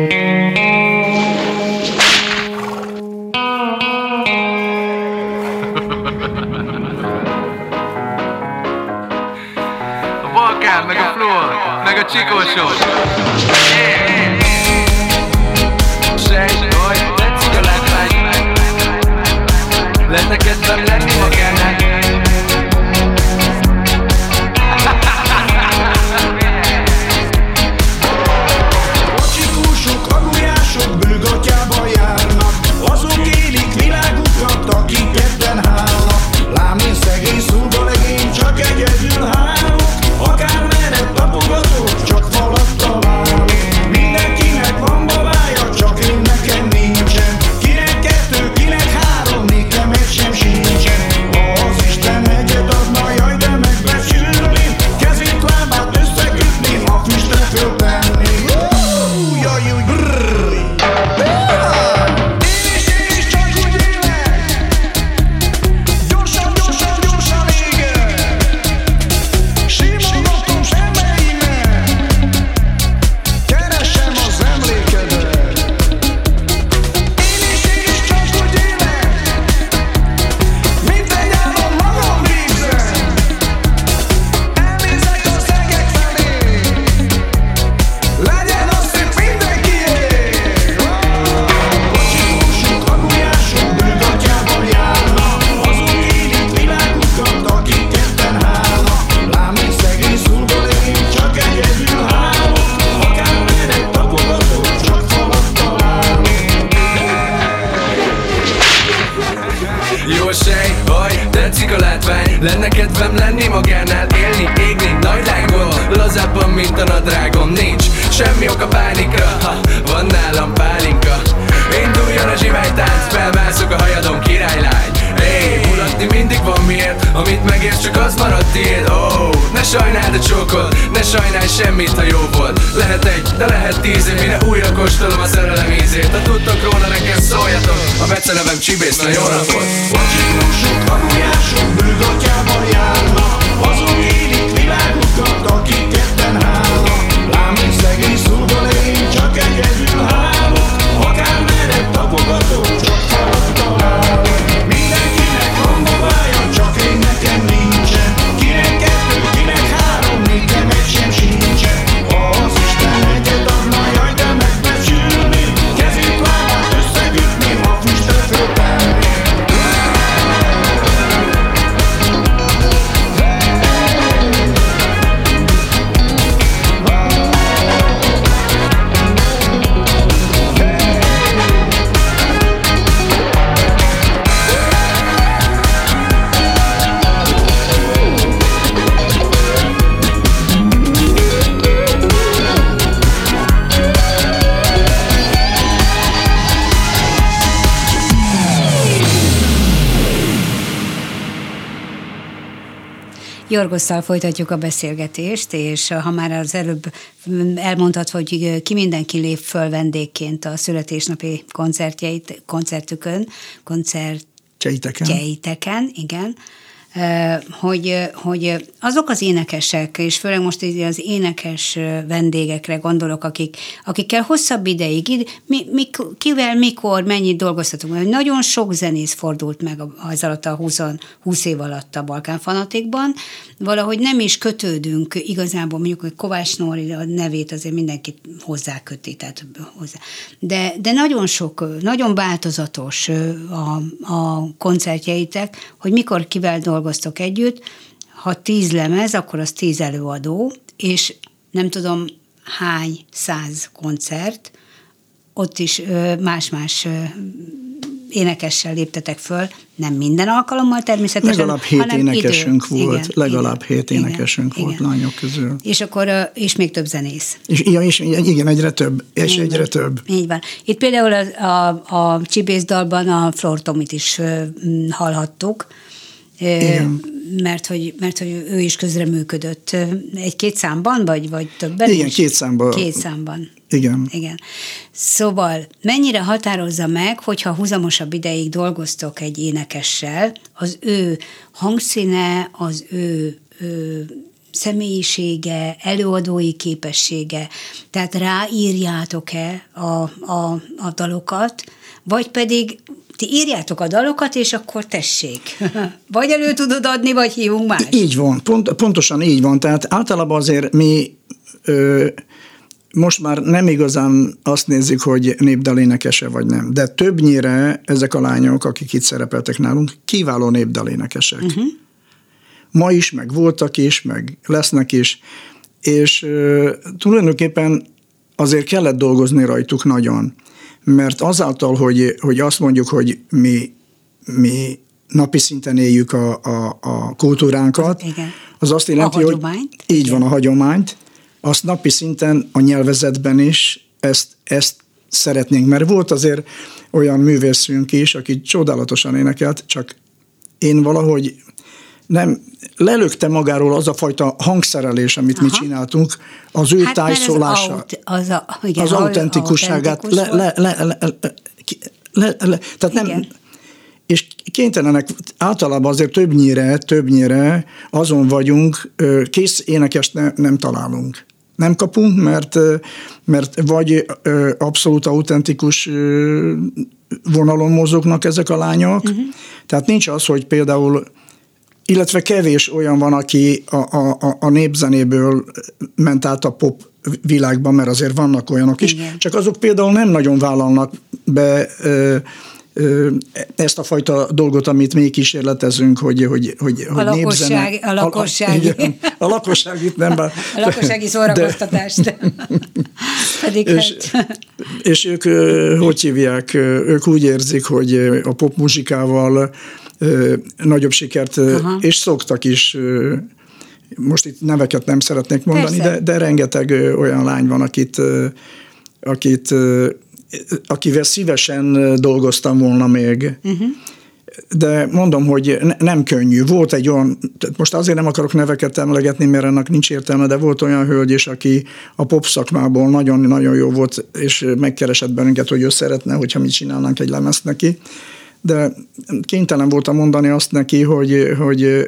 A Balkán, meg a Fluor, meg a Csikósok. Sejt, hogy tetszik a látvány. Lenne kedvem lenni magának. A csikósok, a gulyások bőgatjába járnak, azok élik világukat, akik ketten hálnak. Lám én szegény szurbalegény, csak egyedül hálok, akármerre tapogatok, csak falat találok. Mindenkinek van babája, csak én nekem nincsen. Kinek kettő, kinek három, nekem egy sem sincsen. Ha az Isten egyet adna, jaj, de megbecsülném, kezét, lábát összekötném, a füstre föltenni. Jaj, úgy, brrrr. Én is, én is csak úgy élek. Gyorsan, gyorsan, gyorsan égek. Simogatom szemeimet. Keresem az emlékedet. Én is, én is csak úgy élek. Mint egy álom magam végzem. Elnézek a szegek felé. Legyen az szép mindenkié. A csikósok, a gulyások bőgatjába járnak, azok élik világukat, akik ketten hálnak. Lám én szegény szurbalegény, csak egyedül hálok, akármerre tapogatok, csak falat találok. Jó sej, haj, tetszik a látvány. Lenne kedvem lenni magánál, élni, égni, nagy lángon. Lazábban, mint a nadrágom, nincs semmi oka pánikra, ha van nálam pálinka. Induljon a zsiválytánc, felmászok a hajadon, királylány. Hey, mulatni mindig van miért, amit megérsz, csak az marad tiéd. Oh, ne sajnáld a csókot, ne sajnálj semmit, ha jó volt. Lehet egy, de lehet tíz év, mire újra kóstolom a szerelem ízét. Ha tudtok róla, nekem szóljatok, a becenevem Csibész, na jó napot. A csikósok, a gulyások bőgatjába járnak, azok élik világukat, akik ketten hálnak. Lám én szegény szurbalegény, csak egyedül hálok, akármerre tapogatok, csak falat találok. Mindenkinek van babája, csak én nekem nincsen. Kinek kettő, kinek három, nekem egy sem sincsen. Ha az Isten egyet adna, jaj, de megbecsülném, kezét, lábát összekötném, a füstre föltenni. Jorgosszal folytatjuk a beszélgetést, és ha már az előbb elmondtad, hogy ki mindenki lép föl vendégként a születésnapi koncertjeit, koncertükön, koncertjeiteken, Keiteken, igen, hogy, hogy azok az énekesek, és főleg most az énekes vendégekre gondolok, akik, akikkel hosszabb ideig, mi, mi, kivel, mikor, mennyit dolgoztatunk, hogy nagyon sok zenész fordult meg az alatt a húsz, húsz év alatt a Balkán Fanatikban, valahogy nem is kötődünk igazából, mondjuk, hogy Kovács Nóri a nevét azért mindenki hozzáköti, tehát hozzá. De, de nagyon sok, nagyon változatos a, a koncertjeitek, hogy mikor kivel dolgoztatunk, dolgoztok együtt, ha tíz lemez, akkor az tíz előadó, és nem tudom hány száz koncert, ott is más-más énekessel léptetek föl, nem minden alkalommal természetesen, legalább hét hanem énekesünk idő. volt, igen, legalább igen, hét énekesünk igen, volt igen. lányok közül. És akkor, és még több zenész. És, ja, és igen, egyre több, és így egyre van, több. Így van. Itt például a, a, a Csibész dalban a Flor Tomit is hallhattuk, igen. Mert hogy, mert hogy ő is közreműködött. Egy-két számban, vagy, vagy többen Igen, is? két számban. Két számban. Igen. Igen. Szóval mennyire határozza meg, hogyha húzamosabb ideig dolgoztok egy énekessel, az ő hangszíne, az ő, ő személyisége, előadói képessége, tehát ráírjátok-e a, a, a dalokat, vagy pedig ti írjátok a dalokat, és akkor tessék. Vagy elő tudod adni, vagy hívunk más. Így van, pont, pontosan így van. Tehát általában azért mi ö, most már nem igazán azt nézzük, hogy népdalénekese vagy nem, de többnyire ezek a lányok, akik itt szerepeltek nálunk, kiváló népdalénekesek. Uh-huh. Ma is, meg voltak is, meg lesznek is, és ö, tulajdonképpen azért kellett dolgozni rajtuk nagyon. Mert azáltal, hogy, hogy azt mondjuk, hogy mi, mi napi szinten éljük a, a, a kultúránkat, igen. az azt jelenti, hogy így igen. van a hagyományt, azt napi szinten a nyelvezetben is ezt, ezt szeretnénk. Mert volt azért olyan művészünk is, aki csodálatosan énekelt, csak én valahogy nem lelökte magáról az a fajta hangszerelés, amit Aha. mi csináltunk, az ő hát, tájszólása, az, a, igen, az autentikusságát, le, le, le, le, le, le, tehát nem, és kénytelenek, általában azért többnyire, többnyire azon vagyunk, kész énekest ne, nem találunk. Nem kapunk, mert, mert vagy abszolút autentikus vonalon mozognak ezek a lányok, uh-huh. tehát nincs az, hogy például illetve kevés olyan van, aki a, a, a népzenéből ment át a pop világba, mert azért vannak olyanok is, igen. csak azok például nem nagyon vállalnak be ö, ö, ezt a fajta dolgot, amit mi kísérletezünk, hogy, hogy, hogy, a, hogy lakosság, népzene. a lakossági. A, a, a lakosság itt nem bár. A lakossági szórakoztatást. Pedig és, hát. és ők, hogy hívják, ők úgy érzik, hogy a popmuzsikával nagyobb sikert, Aha. és szoktak is, most itt neveket nem szeretnék mondani, de, de rengeteg olyan lány van, akit, akit, akivel szívesen dolgoztam volna még. Uh-huh. De mondom, hogy nem könnyű. Volt egy olyan, most azért nem akarok neveket emlegetni, mert ennek nincs értelme, de volt olyan hölgy is, aki a pop szakmából nagyon-nagyon jó volt, és megkeresett bennünket, hogy ő szeretne, hogyha mi csinálnánk egy lemezt neki. De kénytelen voltam mondani azt neki, hogy, hogy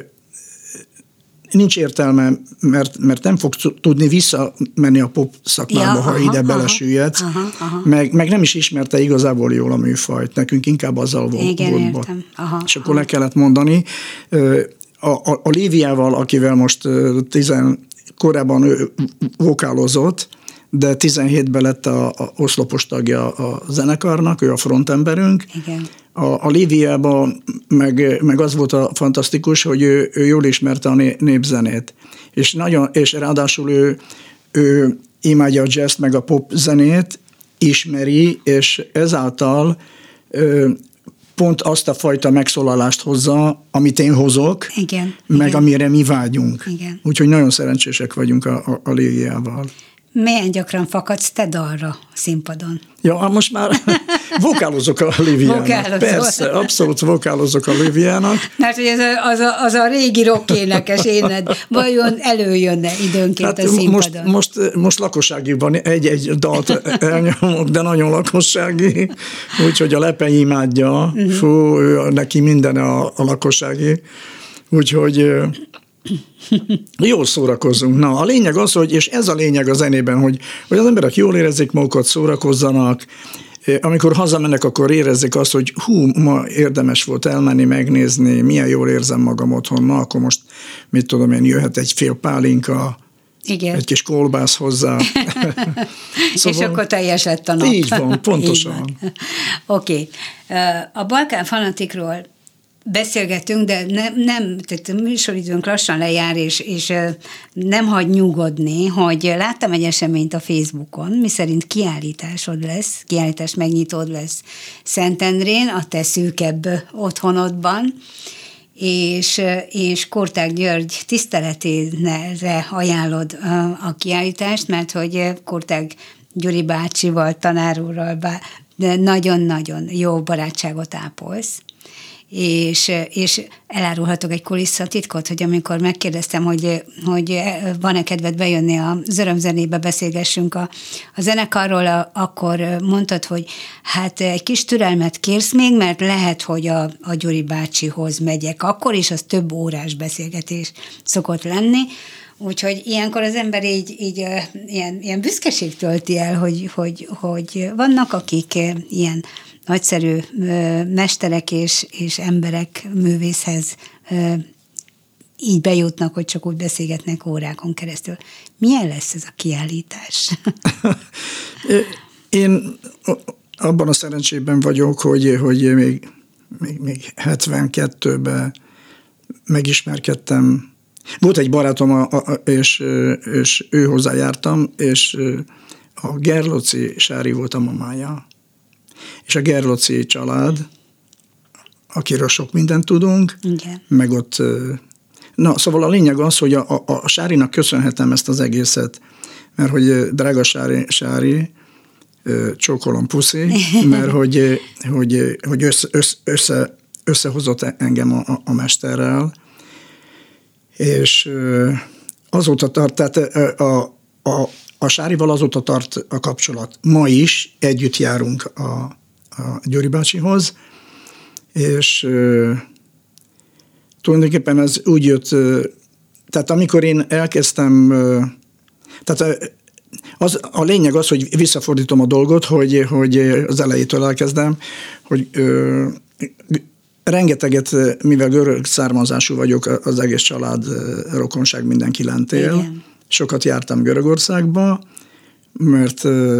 nincs értelme, mert, mert nem fog tudni visszamenni a pop szakmába, ja, ha aha, ide belesüllyedsz, meg, meg nem is ismerte igazából jól a műfajt. Nekünk inkább azzal volt. Igen, értem. Aha, és akkor aha. le kellett mondani. A, a, a Líviával, akivel most tizen, korábban ő vokálozott, de tizenhétben lett a, a oszlopos tagja a zenekarnak, ő a frontemberünk. Igen. A, a Líviában meg, meg az volt a fantasztikus, hogy ő, ő jól ismerte a népzenét. És, nagyon, és ráadásul ő, ő imádja a jazz meg a pop zenét, ismeri, és ezáltal ö, pont azt a fajta megszólalást hozza, amit én hozok, igen, meg igen. amire mi vágyunk. Igen. Úgyhogy nagyon szerencsések vagyunk a, a, a Líviával. Milyen gyakran fakadsz te dalra a színpadon? Ja, most már vokálozok a Liviának. Vokálozol. Persze, abszolút vokálozok a Liviának. Mert hogy ez a, az, a, az a régi rockénekes éned vajon előjönne időnként hát a színpadon? Most, most, most lakosságiban egy-egy dalt elnyomok, de nagyon lakossági, úgyhogy a Lepeny imádja, uh-huh. fú, ő, neki minden a, a lakossági, úgyhogy jól szórakozzunk. Na, a lényeg az, hogy, és ez a lényeg a zenében, hogy, hogy az emberek jól érezzék magukat, szórakozzanak, amikor hazamennek, akkor érezzék azt, hogy hú, ma érdemes volt elmenni, megnézni, milyen jól érzem magam otthon, na, akkor most, mit tudom én, jöhet egy fél pálinka, igen. egy kis kolbász hozzá. Szóval, és akkor teljes lett a nap. Így van, pontosan. Oké. Okay. A Balkán Fanatikról beszélgetünk, de nem, nem tehát a műsoridőnk lassan lejár, és, és nem hagy nyugodni, hogy láttam egy eseményt a Facebookon, miszerint kiállításod lesz, kiállítás megnyitód lesz Szentendrén, a te szűkebb otthonodban, és, és Kurtág György tiszteletére ajánlod a, a kiállítást, mert hogy Kurtág Gyuri bácsival, tanárúrral nagyon-nagyon jó barátságot ápolsz. És, és elárulhatok egy kulisszatitkot, hogy amikor megkérdeztem, hogy, hogy van-e kedved bejönni a Zörömzenébe, beszélgessünk a, a zenekarról, a, akkor mondtad, hogy hát egy kis türelmet kérsz még, mert lehet, hogy a, a Gyuri bácsihoz megyek. Akkor is az több órás beszélgetés szokott lenni, úgyhogy ilyenkor az ember így, így ilyen, ilyen büszkeség tölti el, hogy, hogy, hogy vannak, akik ilyen nagyszerű mesterek és, és emberek művészhez így bejutnak, hogy csak úgy beszélgetnek órákon keresztül. Milyen lesz ez a kiállítás? Én abban a szerencsében vagyok, hogy, hogy még, még, még hetvenkettőben megismerkedtem. Volt egy barátom, a, a, és, és ő hozzájártam, és a Gerloci Sári volt a mamája. És a Gerloci család, akiről sok mindent tudunk, igen. meg ott, na szóval a lényeg az, hogy a, a, a Sárinak köszönhetem ezt az egészet, mert hogy drága Sári, Sári csókolom puszi, mert hogy, hogy, hogy össze, össze, összehozott engem a, a mesterrel, és azóta tart, tehát a, a, a Sárival azóta tart a kapcsolat. Ma is együtt járunk a, a Gyuri bácsihoz, és ö, tulajdonképpen ez úgy jött, ö, tehát amikor én elkezdtem, ö, tehát az, a lényeg az, hogy visszafordítom a dolgot, hogy, hogy az elejétől elkezdem, hogy ö, rengeteget, mivel görög származású vagyok, az egész család, rokonság mindenki lent él. Igen. Sokat jártam Görögországba, mert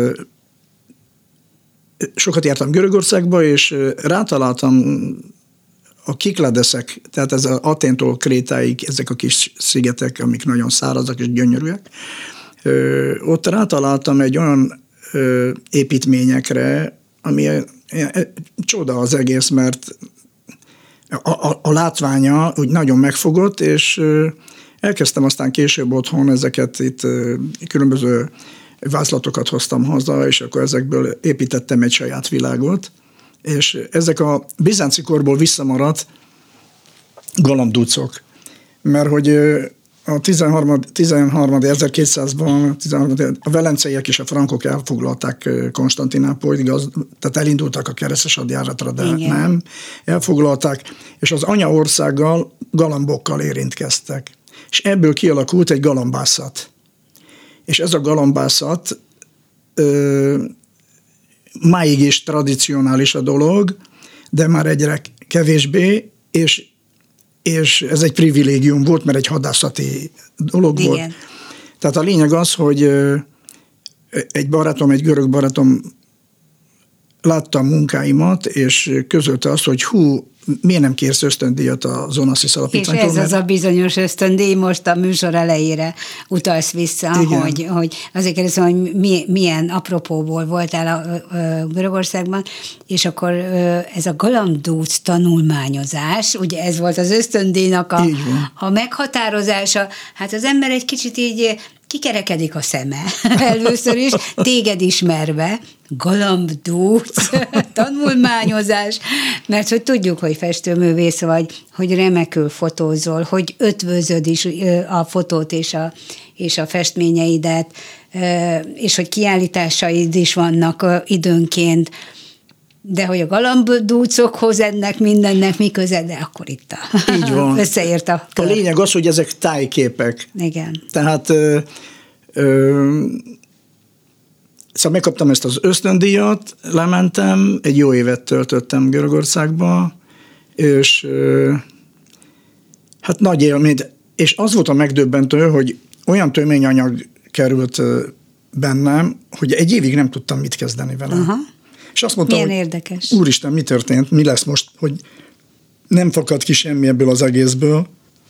sokat jártam Görögországba, és rátaláltam a Kikladeszek, tehát ez az Athéntól Krétáig, ezek a kis szigetek, amik nagyon szárazak és gyönyörűek. Ott rátaláltam egy olyan építményekre, ami csoda az egész, mert a, a, a látványa úgy nagyon megfogott, és elkezdtem aztán később otthon ezeket itt különböző vázlatokat hoztam haza, és akkor ezekből építettem egy saját világot, és ezek a bizánci korból visszamaradt galambducok, mert hogy a tizenharmadik ezerkétszázban a velenceiek és a frankok elfoglalták Konstantinápolyt, igaz, tehát elindultak a keresztes hadjáratra, de igen. nem, elfoglalták, és az anyaországgal galambokkal érintkeztek. És ebből kialakult egy galambászat. És ez a galambászat ö, máig is tradicionális a dolog, de már egyre kevésbé, és, és ez egy privilégium volt, mert egy hadászati dolog igen. volt. Tehát a lényeg az, hogy ö, egy barátom, egy görög barátom látta a munkáimat, és közölte azt, hogy hú, miért nem kérsz ösztöndíjat az Onassis alapítványtól? És ez az a bizonyos ösztöndíj, most a műsor elejére utalsz vissza, hogy, hogy azért kérdezem, hogy milyen apropóból voltál a, a Görögországban, és akkor ez a galambdúc tanulmányozás, ugye ez volt az ösztöndíjnak a, a meghatározása, hát az ember egy kicsit így kikerekedik a szeme először is, téged ismerve, galambdúc, tanulmányozás, mert hogy tudjuk, hogy festőművész vagy, hogy remekül fotózol, hogy ötvözöd is a fotót és a, és a festményeidet, és hogy kiállításaid is vannak időnként, de hogy a galambdúcokhoz ennek mindennek mi köze, de akkor itt a így van. összeért a kör. A lényeg az, hogy ezek tájképek. Igen. Tehát ö, ö, szóval megkaptam ezt az ösztöndíjat, lementem, egy jó évet töltöttem Görögországba, és ö, hát nagy élmény, és az volt a megdöbbentő, hogy olyan töményanyag került bennem, hogy egy évig nem tudtam mit kezdeni vele. Aha. És azt mondtam, milyen hogy érdekes. Úristen, mi történt, mi lesz most, hogy nem fakad ki semmi ebből az egészből.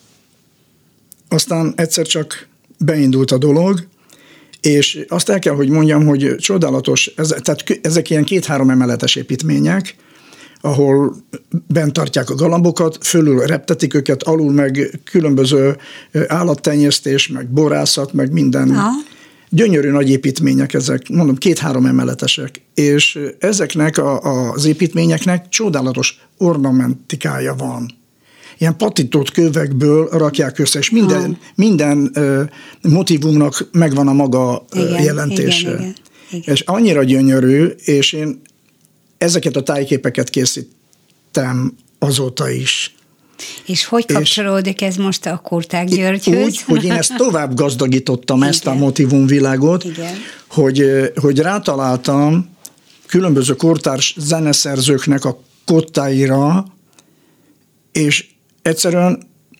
Aztán egyszer csak beindult a dolog, és azt el kell, hogy mondjam, hogy csodálatos, ez, tehát ezek ilyen két-három emeletes építmények, ahol bent tartják a galambokat, fölül reptetik őket, alul meg különböző állattenyésztés, meg borászat, meg minden. Aha. Gyönyörű nagy építmények ezek, mondom, két-három emeletesek, és ezeknek a, a, az építményeknek csodálatos ornamentikája van. Ilyen patított kövekből rakják össze, és minden, ah. minden uh, motivumnak megvan a maga igen, jelentése. Igen, igen, igen. És annyira gyönyörű, és én ezeket a tájképeket készítem azóta is. És hogy kapcsolódik ez most a Kurták Györgyhöz? Úgy, hogy én ezt tovább gazdagítottam, igen. ezt a motivumvilágot, hogy, hogy rátaláltam különböző kortárs zeneszerzőknek a kottáira, és egyszerűen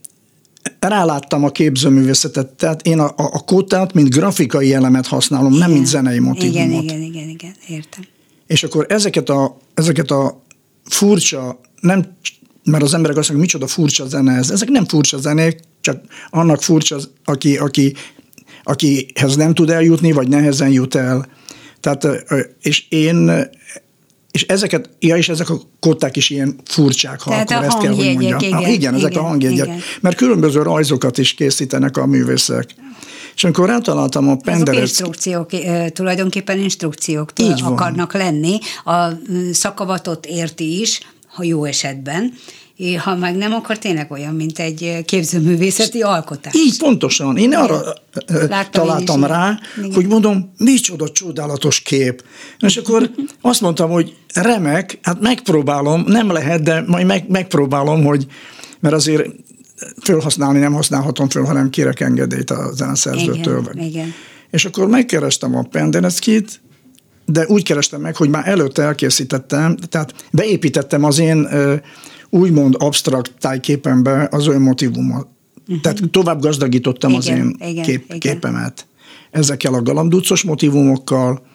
ráláttam a képzőművészetet. Tehát én a, a kottát, mint grafikai elemet használom, igen. nem mint zenei motivumot. Igen, igen, igen, igen, értem. És akkor ezeket a, ezeket a furcsa, nem, mert az emberek azt mondják, micsoda furcsa zene ez. Ezek nem furcsa zenék, csak annak furcsa, aki, aki, akihez nem tud eljutni, vagy nehezen jut el. Tehát, és én, és ezeket, ja, és ezek a kották is ilyen furcsák, ha tehát akkor ezt kell, hogy mondjam. Igen, ah, igen, ezek igen, a hangjegyek. Igen. Mert különböző rajzokat is készítenek a művészek. És amikor rátaláltam a Penderecki... Azok instrukciók, tulajdonképpen instrukciók akarnak lenni. A szakavatot érti is, ha jó esetben, ha meg nem, akkor tényleg olyan, mint egy képzőművészeti alkotás. Így pontosan. Én arra Láttam találtam én rá, igen. hogy mondom, micsoda csodálatos kép. És akkor azt mondtam, hogy remek, hát megpróbálom, nem lehet, de majd meg, megpróbálom, hogy, mert azért fölhasználni nem használhatom föl, hanem kérek engedélyt a zeneszerzőtől. Igen, igen. És akkor megkerestem a Pendereckit, de úgy kerestem meg, hogy már előtte elkészítettem, tehát beépítettem az én úgymond absztrakt tájképembe az ő motivumot. Uh-huh. Tehát tovább gazdagítottam igen, az én igen, kép, igen. képemet ezekkel a galambdúcos motivumokkal,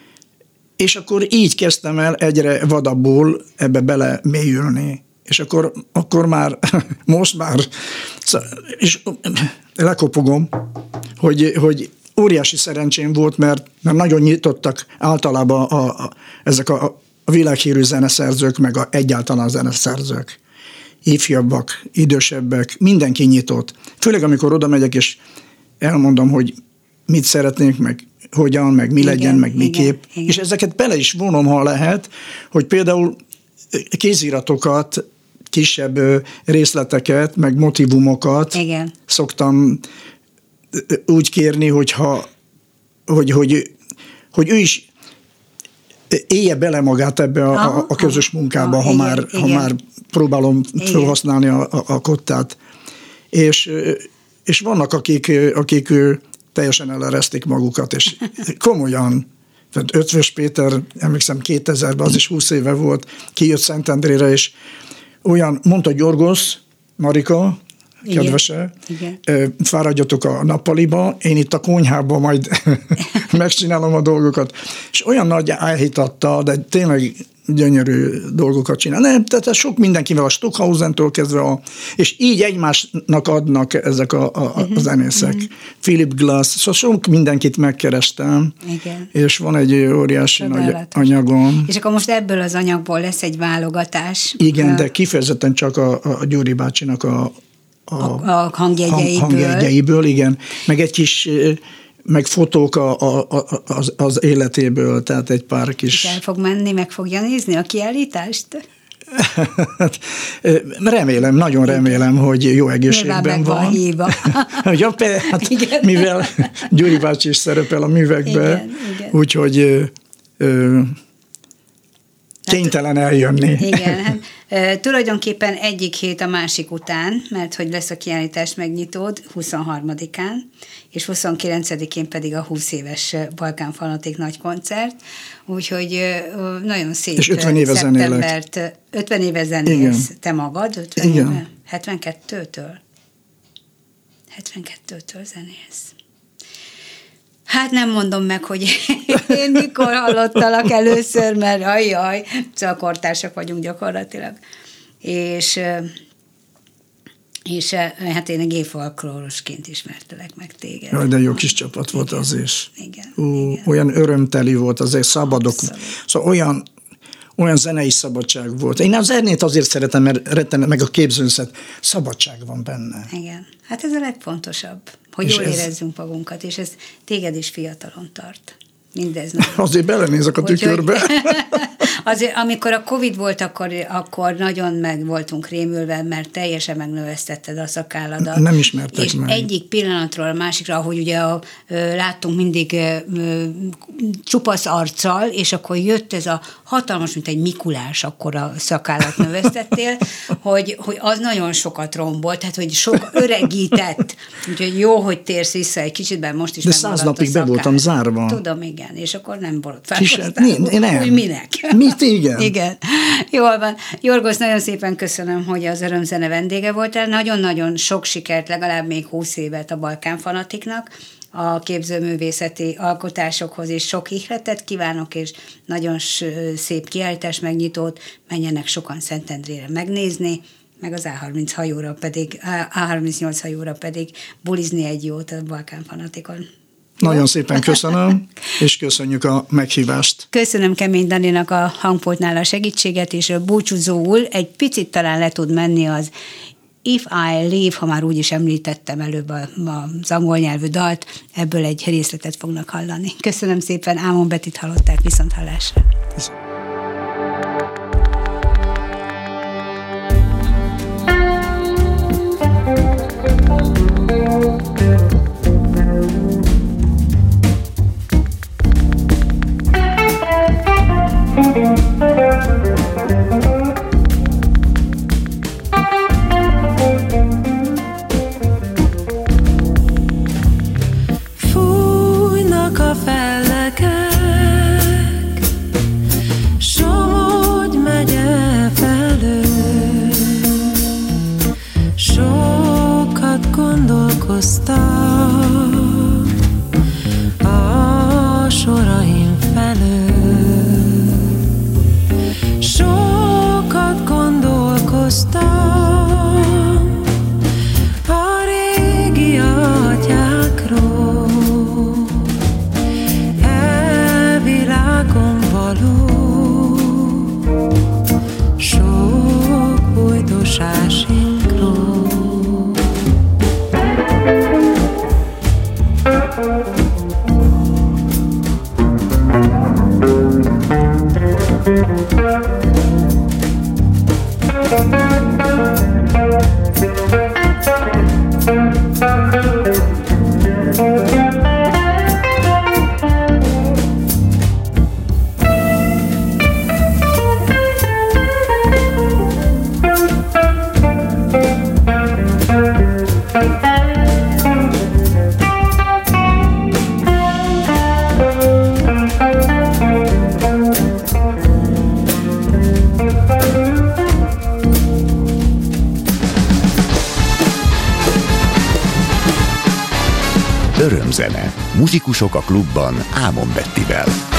és akkor így kezdtem el egyre vadabbul ebbe bele mélyülni. És akkor, akkor már, most már, és lekopogom, hogy, hogy óriási szerencsém volt, mert, mert nagyon nyitottak általában a, a, ezek a, a világhírű zeneszerzők, meg a, egyáltalán a zeneszerzők. Ifjabbak, idősebbek, mindenki nyitott. Főleg, amikor oda megyek, és elmondom, hogy mit szeretnék, meg hogyan, meg mi igen, legyen, meg miképp. Igen. És ezeket bele is vonom, ha lehet, hogy például kéziratokat, kisebb részleteket, meg motivumokat igen. szoktam úgy kérni, hogyha, hogy, hogy, hogy ő is élje bele magát ebbe a, a, a közös munkába, aha, ha, igen, már, igen. ha már próbálom igen. felhasználni a, a, a kottát. És, és vannak, akik, akik teljesen eleresztik magukat, és komolyan, tehát Ötvös Péter, emlékszem kétezerben, az is húsz éve volt, kijött Szentendrére, és olyan, mondta Gyorgosz, Marika, igen, kedvese, igen. fáradjatok a nappaliba, én itt a konyhában majd megcsinálom a dolgokat. És olyan nagy áhít adta, de tényleg gyönyörű dolgokat csinál. Nem, tehát sok mindenkivel, a Stockhausentől kezdve, a, és így egymásnak adnak ezek a, a, a uh-huh, zenészek. Uh-huh. Philip Glass, szóval sok mindenkit megkerestem, igen. és van egy óriási nagy anyagom. És akkor most ebből az anyagból lesz egy válogatás. Igen, uh, de kifejezetten csak a, a Gyuri bácsinak a A, a hangjegyeiből. hangjegyeiből, igen. Meg egy kis meg fotók a, a, a, az, az életéből, tehát egy pár kis... És el fog menni, meg fogja nézni a kiállítást? Remélem, nagyon remélem, hogy jó egészségben van. Hívva. Ja, hát, mivel Gyuri bácsi is szerepel a művekbe, úgyhogy ö, kénytelen eljönni. Igen, hát, e, tulajdonképpen egyik hét a másik után, mert hogy lesz a kiállítás megnyitód huszonharmadikán, és huszonkilencedikén pedig a húsz éves Balkán Fanatik nagy koncert, úgyhogy nagyon szép és ötven éve szeptembert, ötven éve zenélsz te magad, ötven Igen. éve, hetvenkettőtől? hetvenkettőtől zenélsz. Hát nem mondom meg, hogy én mikor hallottalak először, mert ajjaj, csak kortársak vagyunk gyakorlatilag. És, és hát én gépfolklórosként ismertelek meg téged. Jaj, de jó kis csapat volt igen, az is. Igen, Ú, igen. Olyan örömteli volt, azért szabadok. Abszolút. Szóval olyan, olyan zenei szabadság volt. Én a zenét azért szeretem, mert rettenet, meg a képzőszet, szabadság van benne. Igen, hát ez a legfontosabb, hogy És jól ez... érezzünk magunkat, és ez téged is fiatalon tart. Mindez nem. Azért belenézek a tükörbe. Azért, amikor a Covid volt, akkor, akkor nagyon meg voltunk rémülve, mert teljesen megnövesztetted a szakálladat. Nem ismertek és meg. egyik pillanatról a másikra, ahogy ugye a, ö, láttunk mindig ö, ö, csupasz arccal, és akkor jött ez a hatalmas, mint egy Mikulás, akkor a szakállat növesztettél, hogy, hogy az nagyon sokat rombolt, tehát hogy sok öregített. Úgyhogy jó, hogy térsz vissza egy kicsit, mert most is de száz napig be voltam zárva. Tudom, igen, és akkor nem borot Kis, nem, nem. Hogy minek? Mit, igen. Igen. Jól van. Jorgos, nagyon szépen köszönöm, hogy az Örömzene vendége voltál. Nagyon-nagyon sok sikert, legalább még húsz évet a Balkán Fanatiknak, a képzőművészeti alkotásokhoz, és sok ihletet kívánok, és nagyon szép kiállítás megnyitót, menjenek sokan Szentendrére megnézni, meg az á harminc hajóra pedig, á harmincnyolc hajóra pedig bulizni egy jót a Balkán Fanatikon. Nagyon szépen köszönöm, és köszönjük a meghívást. Köszönöm Kemény Daninak a hangpultnál a segítséget, és búcsúzóul egy picit talán le tud menni az If I Leave, ha már úgy is említettem előbb az angol nyelvű dalt, ebből egy részletet fognak hallani. Köszönöm szépen, Ámon Bettit hallották, viszont hallásra. Köszönöm. Fújnak a fellegek, Somogy megye felől. Sokat gondolkoztam a soraim felől. Sokat gondolkoztam a régi atyákról, e világon való sok bújtosásinkról. Örömzene. Muzsikusok a klubban Ámon Bettivel.